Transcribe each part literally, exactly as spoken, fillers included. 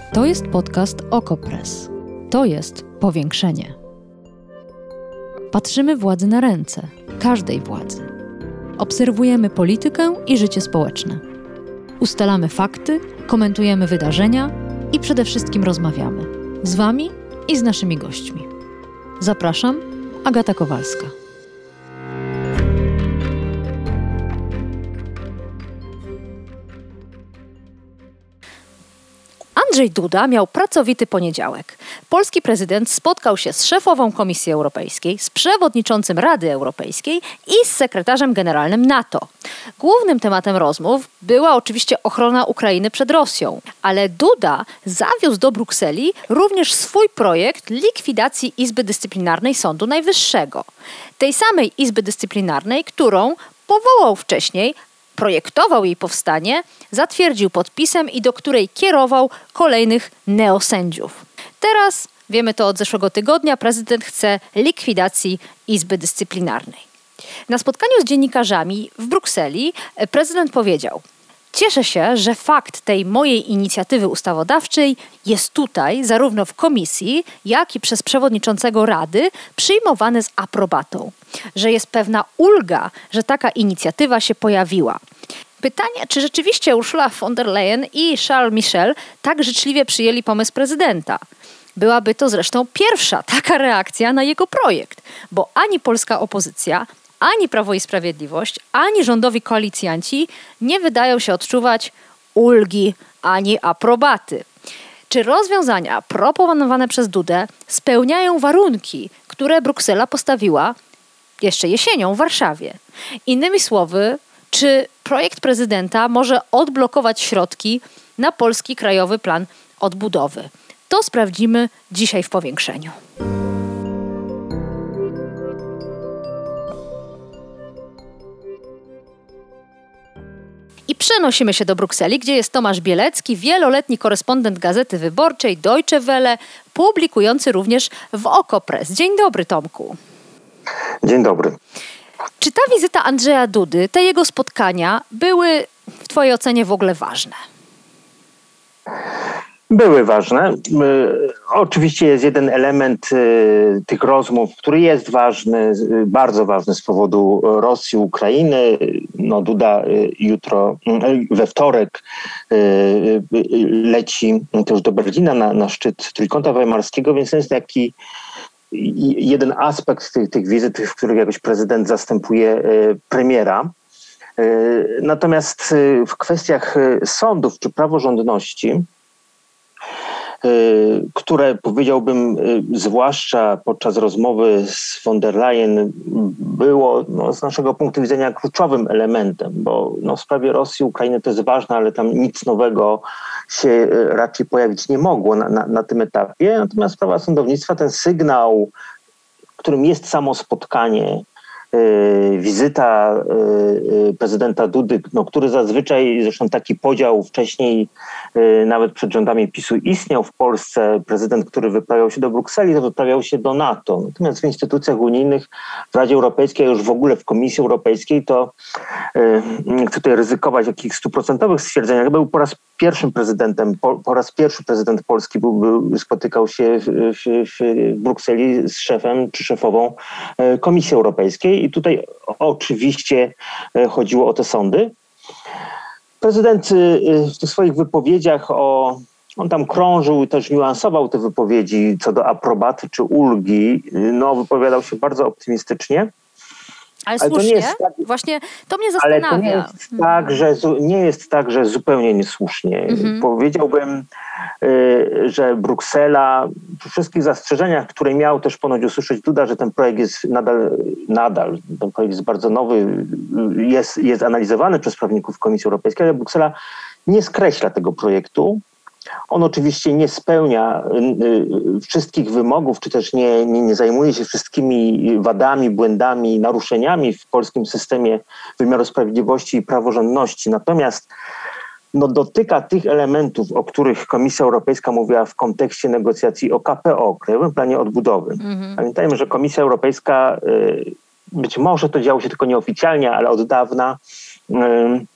To jest podcast Okopres. To jest powiększenie. Patrzymy władzy na ręce, każdej władzy. Obserwujemy politykę i życie społeczne. Ustalamy fakty, komentujemy wydarzenia i przede wszystkim rozmawiamy. Z Wami i z naszymi gośćmi. Zapraszam, Agata Kowalska. Andrzej Duda miał pracowity poniedziałek. Polski prezydent spotkał się z szefową Komisji Europejskiej, z przewodniczącym Rady Europejskiej i z sekretarzem generalnym NATO. Głównym tematem rozmów była oczywiście ochrona Ukrainy przed Rosją, ale Duda zawiózł do Brukseli również swój projekt likwidacji Izby Dyscyplinarnej Sądu Najwyższego. Tej samej Izby Dyscyplinarnej, którą powołał wcześniej, projektował jej powstanie, zatwierdził podpisem i do której kierował kolejnych neosędziów. Teraz, wiemy to od zeszłego tygodnia, prezydent chce likwidacji Izby Dyscyplinarnej. Na spotkaniu z dziennikarzami w Brukseli prezydent powiedział: cieszę się, że fakt tej mojej inicjatywy ustawodawczej jest tutaj, zarówno w komisji, jak i przez przewodniczącego Rady, przyjmowany z aprobatą. Że jest pewna ulga, że taka inicjatywa się pojawiła. Pytanie, czy rzeczywiście Ursula von der Leyen i Charles Michel tak życzliwie przyjęli pomysł prezydenta? Byłaby to zresztą pierwsza taka reakcja na jego projekt, bo ani polska opozycja, ani Prawo i Sprawiedliwość, ani rządowi koalicjanci nie wydają się odczuwać ulgi ani aprobaty. Czy rozwiązania proponowane przez Dudę spełniają warunki, które Bruksela postawiła jeszcze jesienią w Warszawie? Innymi słowy, czy projekt prezydenta może odblokować środki na polski Krajowy Plan Odbudowy? To sprawdzimy dzisiaj w powiększeniu. I przenosimy się do Brukseli, gdzie jest Tomasz Bielecki, wieloletni korespondent Gazety Wyborczej Deutsche Welle, publikujący również w Okopres. Dzień dobry, Tomku. Dzień dobry. Czy ta wizyta Andrzeja Dudy, te jego spotkania były w twojej ocenie w ogóle ważne? Były ważne. Oczywiście jest jeden element tych rozmów, który jest ważny, bardzo ważny z powodu Rosji, Ukrainy. No, Duda jutro, we wtorek leci też do Berlina na, na szczyt Trójkąta Weimarskiego, więc to jest taki jeden aspekt tych, tych wizyt, w których jakoś prezydent zastępuje premiera. Natomiast w kwestiach sądów czy praworządności, które powiedziałbym, zwłaszcza podczas rozmowy z von der Leyen, było no, z naszego punktu widzenia kluczowym elementem, bo no, w sprawie Rosji, Ukrainy to jest ważne, ale tam nic nowego się raczej pojawić nie mogło na, na, na tym etapie. Natomiast sprawa sądownictwa, ten sygnał, którym jest samo spotkanie, wizyta prezydenta Dudy, no, który zazwyczaj, zresztą taki podział wcześniej nawet przed rządami PiSu istniał w Polsce, prezydent, który wyprawiał się do Brukseli, to wyprawiał się do NATO. Natomiast w instytucjach unijnych, w Radzie Europejskiej, a już w ogóle w Komisji Europejskiej, to nie chcę tutaj ryzykować jakichś stuprocentowych stwierdzeniach, był po raz pierwszym prezydentem, po, po raz pierwszy prezydent Polski był, był, spotykał się w, w, w Brukseli z szefem czy szefową Komisji Europejskiej. I tutaj oczywiście chodziło o te sądy. Prezydent w tych swoich wypowiedziach, o, on tam krążył i też niuansował te wypowiedzi co do aprobaty czy ulgi, no wypowiadał się bardzo optymistycznie. Ale, ale słusznie, to nie jest tak, właśnie to mnie zastanawia. Ale to nie jest, mhm. tak, że, nie jest tak, że zupełnie niesłusznie. Mhm. Powiedziałbym, y, że Bruksela przy wszystkich zastrzeżeniach, które miał też ponoć usłyszeć Duda, że ten projekt jest nadal, nadal ten projekt jest bardzo nowy, jest, jest analizowany przez prawników Komisji Europejskiej, ale Bruksela nie skreśla tego projektu. On oczywiście nie spełnia y, wszystkich wymogów, czy też nie, nie, nie zajmuje się wszystkimi wadami, błędami, naruszeniami w polskim systemie wymiaru sprawiedliwości i praworządności. Natomiast no, dotyka tych elementów, o których Komisja Europejska mówiła w kontekście negocjacji o K P O, Krajowym Planie Odbudowy. Mhm. Pamiętajmy, że Komisja Europejska, y, być może to działo się tylko nieoficjalnie, ale od dawna y,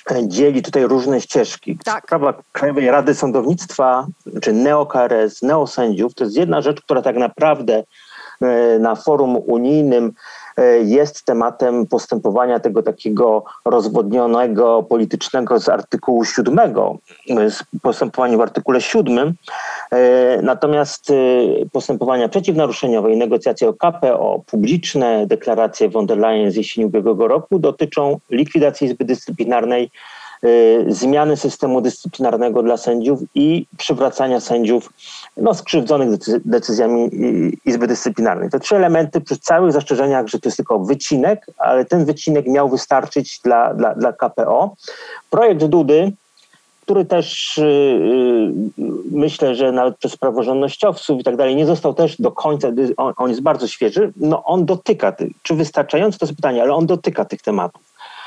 dzieli tutaj różne ścieżki. Tak. Sprawa Krajowej Rady Sądownictwa, czy neo-K R S, neosędziów, to jest jedna rzecz, która tak naprawdę na forum unijnym jest tematem postępowania tego takiego rozwodnionego, politycznego z artykułu siódmego, postępowania w artykule siódmym. Natomiast postępowania przeciwnaruszeniowe i negocjacje o K P O, publiczne deklaracje von der Leyen z jesieni ubiegłego roku dotyczą likwidacji Izby Dyscyplinarnej, zmiany systemu dyscyplinarnego dla sędziów i przywracania sędziów no, skrzywdzonych decyzjami Izby Dyscyplinarnej. Te trzy elementy przy całych zastrzeżeniach, że to jest tylko wycinek, ale ten wycinek miał wystarczyć dla, dla, dla K P O. Projekt Dudy, który też yy, myślę, że nawet przez praworządnościowców i tak dalej nie został też do końca, on, on jest bardzo świeży, no on dotyka, tych, czy wystarczająco to jest pytanie, ale on dotyka tych tematów.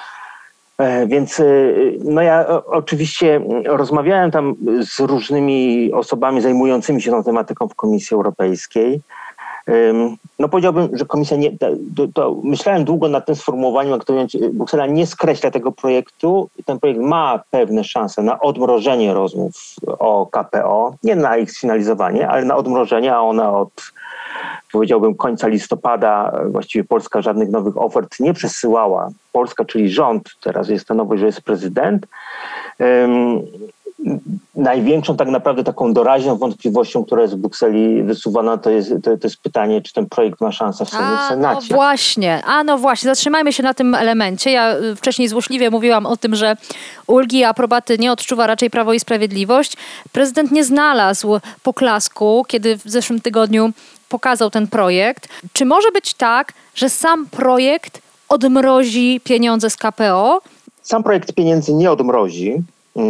Więc no ja oczywiście rozmawiałem tam z różnymi osobami zajmującymi się tą tematyką w Komisji Europejskiej. No powiedziałbym, że Komisja nie, to, to myślałem długo nad tym sformułowaniem, jak to mówiąc, Bruksela nie skreśla tego projektu. Ten projekt ma pewne szanse na odmrożenie rozmów o K P O, nie na ich sfinalizowanie, ale na odmrożenie, a one od powiedziałbym końca listopada właściwie Polska żadnych nowych ofert nie przesyłała. Polska, czyli rząd, teraz jest to nowość, że jest prezydent. Um, największą tak naprawdę taką doraźną wątpliwością, która jest w Brukseli wysuwana, to jest, to, to jest pytanie, czy ten projekt ma szansę w, A, w Senacie. No właśnie, a no właśnie, zatrzymajmy się na tym elemencie. Ja wcześniej złośliwie mówiłam o tym, że ulgi i aprobaty nie odczuwa raczej Prawo i Sprawiedliwość. Prezydent nie znalazł poklasku, kiedy w zeszłym tygodniu pokazał ten projekt. Czy może być tak, że sam projekt odmrozi pieniądze z K P O? Sam projekt pieniędzy nie odmrozi.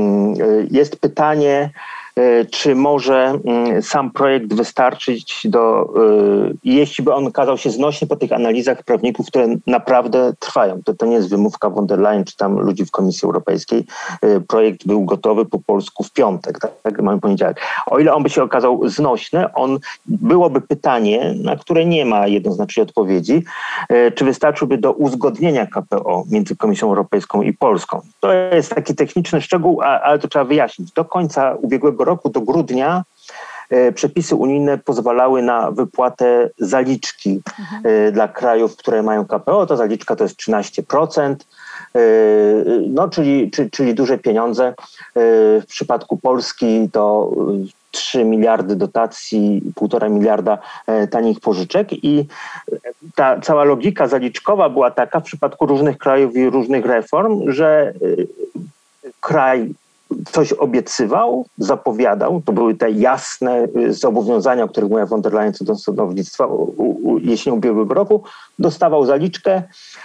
Jest pytanie, czy może sam projekt wystarczyć do, jeśli by on okazał się znośny po tych analizach prawników, które naprawdę trwają. To, to nie jest wymówka von der Leyen czy tam ludzi w Komisji Europejskiej. Projekt był gotowy po polsku w piątek, tak, tak mamy poniedziałek. O ile on by się okazał znośny, on byłoby pytanie, na które nie ma jednoznacznej odpowiedzi, czy wystarczyłby do uzgodnienia K P O między Komisją Europejską i Polską. To jest taki techniczny szczegół, ale to trzeba wyjaśnić. Do końca ubiegłego roku, do grudnia, e, przepisy unijne pozwalały na wypłatę zaliczki mhm. e, dla krajów, które mają K P O. Ta zaliczka to jest trzynaście procent, e, no, czyli, czy, czyli duże pieniądze. E, w przypadku Polski to trzy miliardy dotacji, półtora miliarda e, tanich pożyczek i ta cała logika zaliczkowa była taka w przypadku różnych krajów i różnych reform, że e, kraj coś obiecywał, zapowiadał, to były te jasne zobowiązania, o których mówiła von der Leyen co do sądownictwa jesienią ubiegłego roku, dostawał zaliczkę,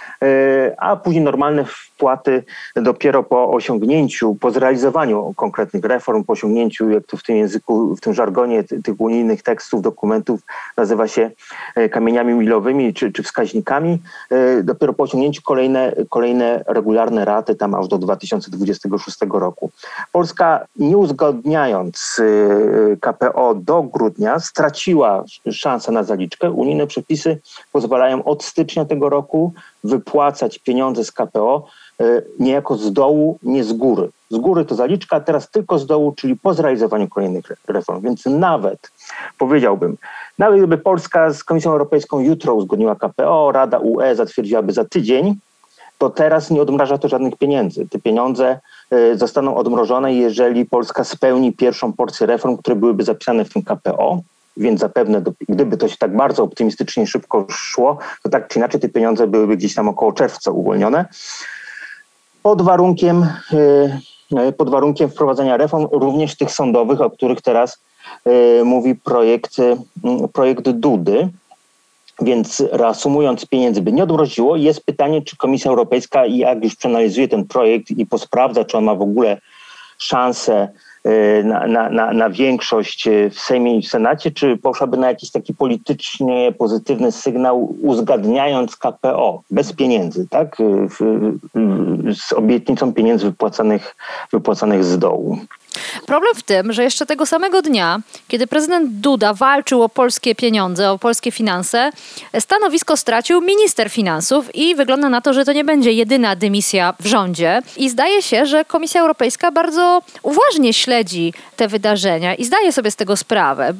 a później normalne wpłaty dopiero po osiągnięciu, po zrealizowaniu konkretnych reform, po osiągnięciu, jak to w tym języku, w tym żargonie tych unijnych tekstów, dokumentów nazywa się kamieniami milowymi czy, czy wskaźnikami, dopiero po osiągnięciu kolejne, kolejne regularne raty, tam aż do dwa tysiące dwudziestego szóstego roku. Polska, nie uzgadniając K P O do grudnia, straciła szansę na zaliczkę. Unijne przepisy pozwalają od stycznia tego roku wypłacać pieniądze z K P O niejako z dołu, nie z góry. Z góry to zaliczka, a teraz tylko z dołu, czyli po zrealizowaniu kolejnych reform. Więc nawet, powiedziałbym, nawet gdyby Polska z Komisją Europejską jutro uzgodniła K P O, Rada U E zatwierdziłaby za tydzień, to teraz nie odmraża to żadnych pieniędzy. Te pieniądze y, zostaną odmrożone, jeżeli Polska spełni pierwszą porcję reform, które byłyby zapisane w tym K P O. Więc zapewne, do, gdyby to się tak bardzo optymistycznie szybko szło, to tak czy inaczej te pieniądze byłyby gdzieś tam około czerwca uwolnione. Pod warunkiem, y, pod warunkiem wprowadzenia reform, również tych sądowych, o których teraz y, mówi projekt, y, projekt Dudy. Więc reasumując, pieniędzy by nie odmroziło. Jest pytanie, czy Komisja Europejska, jak już przeanalizuje ten projekt i posprawdza, czy on ma w ogóle szansę na, na, na, na większość w Sejmie i w Senacie, czy poszłaby na jakiś taki politycznie pozytywny sygnał, uzgadniając K P O bez pieniędzy, tak? W, w, z obietnicą pieniędzy wypłacanych, wypłacanych z dołu. Problem w tym, że jeszcze tego samego dnia, kiedy prezydent Duda walczył o polskie pieniądze, o polskie finanse, stanowisko stracił minister finansów i wygląda na to, że to nie będzie jedyna dymisja w rządzie. I zdaje się, że Komisja Europejska bardzo uważnie śledzi te wydarzenia i zdaje sobie z tego sprawę.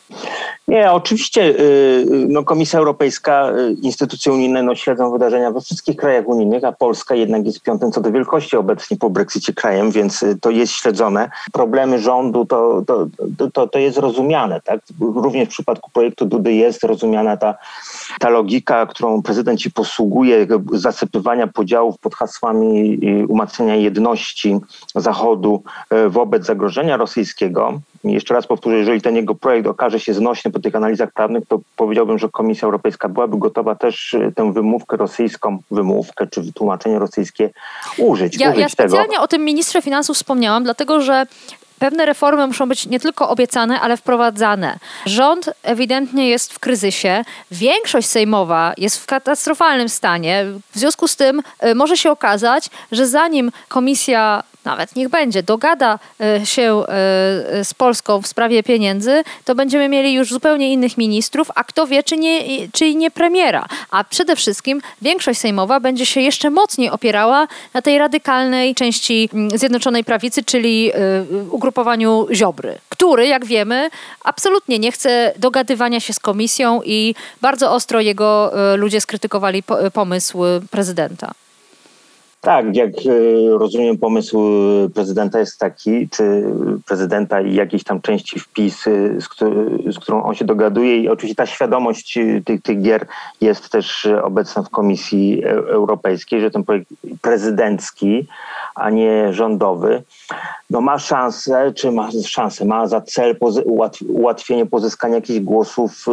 Nie, oczywiście no, Komisja Europejska, instytucje unijne no, śledzą wydarzenia we wszystkich krajach unijnych, a Polska jednak jest piątym co do wielkości obecnie po Brexicie krajem, więc to jest śledzone. Problemy rządu to, to, to, to jest rozumiane. Tak? Również w przypadku projektu Dudy jest rozumiana ta, ta logika, którą prezydent się posługuje, zasypywania podziałów pod hasłami umacniania jedności Zachodu wobec zagrożenia rosyjskiego. I jeszcze raz powtórzę, jeżeli ten jego projekt okaże się znośny po tych analizach prawnych, to powiedziałbym, że Komisja Europejska byłaby gotowa też tę wymówkę rosyjską, wymówkę czy wytłumaczenie rosyjskie użyć. Ja, użyć ja specjalnie tego. o tym ministrze finansów wspomniałam, dlatego że pewne reformy muszą być nie tylko obiecane, ale wprowadzane. Rząd ewidentnie jest w kryzysie. Większość sejmowa jest w katastrofalnym stanie. W związku z tym y, może się okazać, że zanim komisja, nawet niech będzie, dogada y, się y, z Polską w sprawie pieniędzy, to będziemy mieli już zupełnie innych ministrów, a kto wie, czy nie, czy i nie premiera. A przede wszystkim większość sejmowa będzie się jeszcze mocniej opierała na tej radykalnej części Zjednoczonej Prawicy, czyli y, ugrupowaniu Ziobry, który, jak wiemy, absolutnie nie chce dogadywania się z komisją i bardzo ostro jego y, ludzie skrytykowali po, pomysł prezydenta. Tak, jak rozumiem, pomysł prezydenta jest taki, czy prezydenta i jakiejś tam części wpis, z, który, z którą on się dogaduje i oczywiście ta świadomość tych, tych gier jest też obecna w Komisji Europejskiej, że ten projekt prezydencki, a nie rządowy, no ma szansę, czy ma szansę, ma za cel ułatwienie pozyskania jakichś głosów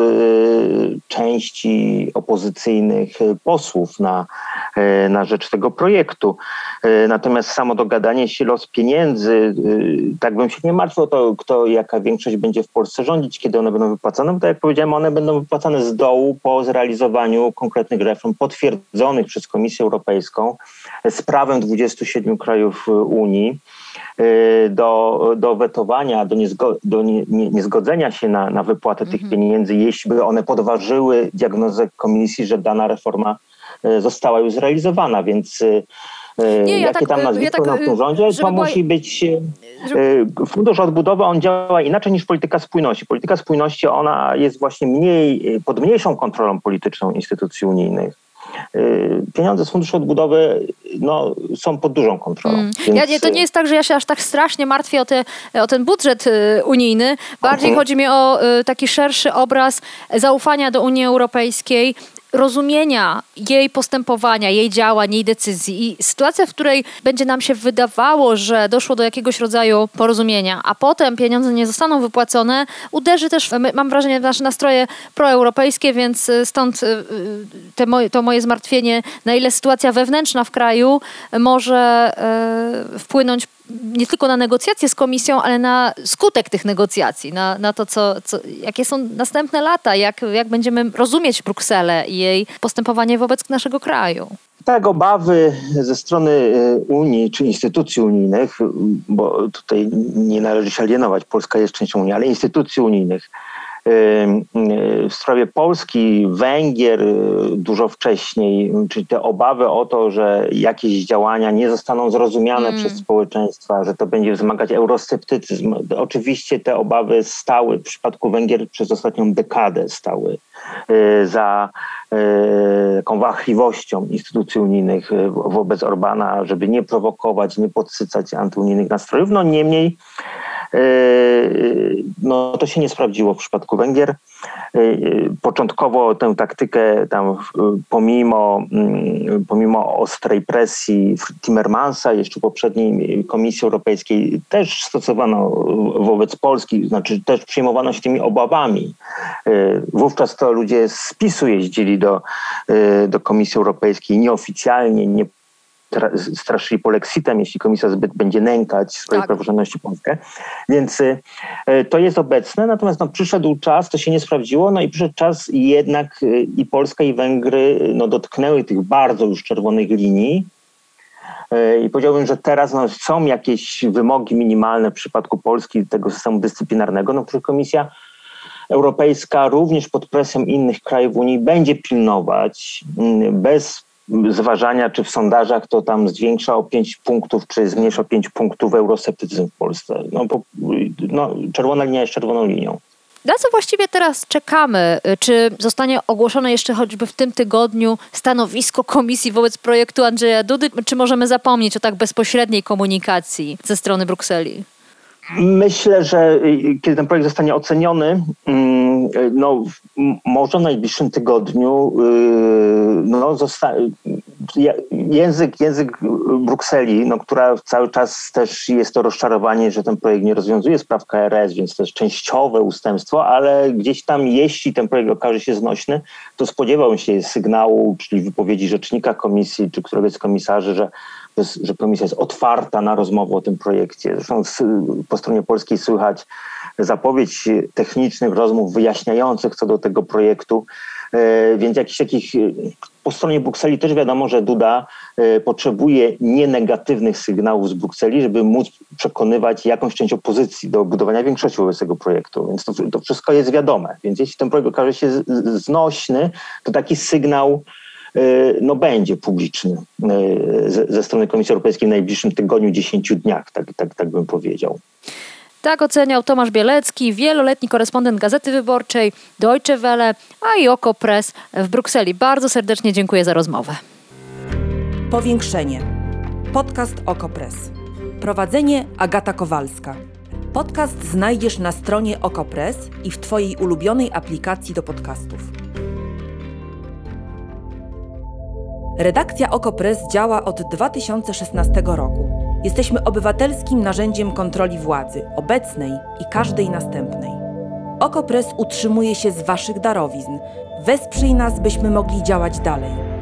części opozycyjnych posłów na, na rzecz tego projektu. Natomiast samo dogadanie się, los pieniędzy, tak bym się nie martwił o to, kto, jaka większość będzie w Polsce rządzić, kiedy one będą wypłacane, bo tak jak powiedziałem, one będą wypłacane z dołu po zrealizowaniu konkretnych reform potwierdzonych przez Komisję Europejską z prawem dwudziestu siedmiu krajów Unii do, do wetowania, do, niezgo, do nie, nie, niezgodzenia się na, na wypłatę mhm. tych pieniędzy, jeśli by one podważyły diagnozę Komisji, że dana reforma została już zrealizowana, więc nie, ja jakie tak, tam nazwisko ja tak, na tym rządzie, to była... musi być żeby... Fundusz Odbudowy, on działa inaczej niż polityka spójności. Polityka spójności, ona jest właśnie mniej, pod mniejszą kontrolą polityczną instytucji unijnych. Pieniądze z Funduszu Odbudowy no, są pod dużą kontrolą. Mm. Więc... Ja, to nie jest tak, że ja się aż tak strasznie martwię o, te, o ten budżet unijny. Bardziej mhm. chodzi mi o taki szerszy obraz zaufania do Unii Europejskiej, rozumienia jej postępowania, jej działań, jej decyzji i sytuacja, w której będzie nam się wydawało, że doszło do jakiegoś rodzaju porozumienia, a potem pieniądze nie zostaną wypłacone, uderzy też, mam wrażenie, w nasze nastroje proeuropejskie, więc stąd te moje, to moje zmartwienie, na ile sytuacja wewnętrzna w kraju może e, wpłynąć nie tylko na negocjacje z komisją, ale na skutek tych negocjacji, na, na to, co, co, jakie są następne lata, jak, jak będziemy rozumieć Brukselę i jej postępowanie wobec naszego kraju. Tak, obawy ze strony Unii czy instytucji unijnych, bo tutaj nie należy się alienować, Polska jest częścią Unii, ale instytucji unijnych, w sprawie Polski, Węgier dużo wcześniej, czyli te obawy o to, że jakieś działania nie zostaną zrozumiane mm. przez społeczeństwa, że to będzie wzmagać eurosceptycyzm. Oczywiście te obawy stały w przypadku Węgier przez ostatnią dekadę stały za taką wahliwością instytucji unijnych wobec Orbana, żeby nie prowokować, nie podsycać antyunijnych nastrojów. No niemniej no to się nie sprawdziło w przypadku Węgier. Początkowo tę taktykę tam pomimo, pomimo ostrej presji Timmermansa, jeszcze poprzedniej Komisji Europejskiej też stosowano wobec Polski, znaczy też przyjmowano się tymi obawami. Wówczas to ludzie z PiS-u jeździli do, do Komisji Europejskiej nieoficjalnie, nie straszyli polexitem, jeśli komisja zbyt będzie nękać swojej tak. praworządności Polskę. Więc y, to jest obecne, natomiast no, przyszedł czas, to się nie sprawdziło, no i przyszedł czas jednak y, i Polska i Węgry no, dotknęły tych bardzo już czerwonych linii I powiedziałbym, że teraz no, są jakieś wymogi minimalne w przypadku Polski tego systemu dyscyplinarnego, no, które Komisja Europejska również pod presją innych krajów Unii będzie pilnować bez zważania, czy w sondażach to tam zwiększa o pięć punktów, czy zmniejsza o pięć punktów eurosceptycyzm w Polsce. No, bo, no, czerwona linia jest czerwoną linią. Na co właściwie teraz czekamy? Czy zostanie ogłoszone jeszcze choćby w tym tygodniu stanowisko Komisji wobec projektu Andrzeja Dudy, czy możemy zapomnieć o tak bezpośredniej komunikacji ze strony Brukseli? Myślę, że kiedy ten projekt zostanie oceniony, no, może w najbliższym tygodniu no, zosta- język, język Brukseli, no, która cały czas też jest to rozczarowanie, że ten projekt nie rozwiązuje spraw K R S, więc to jest częściowe ustępstwo, ale gdzieś tam, jeśli ten projekt okaże się znośny, to spodziewałbym się sygnału, czyli wypowiedzi rzecznika komisji, czy któregoś z komisarzy, że że komisja jest otwarta na rozmowę o tym projekcie. Zresztą po stronie polskiej słychać zapowiedź technicznych rozmów wyjaśniających co do tego projektu, więc jakichś takich po stronie Brukseli też wiadomo, że Duda potrzebuje nienegatywnych sygnałów z Brukseli, żeby móc przekonywać jakąś część opozycji do budowania większości wobec tego projektu. Więc to, to wszystko jest wiadome. Więc jeśli ten projekt okaże się znośny, to taki sygnał no będzie publiczny ze, ze strony Komisji Europejskiej w najbliższym tygodniu, dziesięciu dniach, tak, tak, tak bym powiedział. Tak oceniał Tomasz Bielecki, wieloletni korespondent Gazety Wyborczej, Deutsche Welle, a i Okopres w Brukseli. Bardzo serdecznie dziękuję za rozmowę. Powiększenie. Podcast Okopres. Prowadzenie Agata Kowalska. Podcast znajdziesz na stronie Okopres i w Twojej ulubionej aplikacji do podcastów. Redakcja Okopres działa od dwa tysiące szesnastego roku. Jesteśmy obywatelskim narzędziem kontroli władzy, obecnej i każdej następnej. Okopres utrzymuje się z Waszych darowizn. Wesprzyj nas, byśmy mogli działać dalej.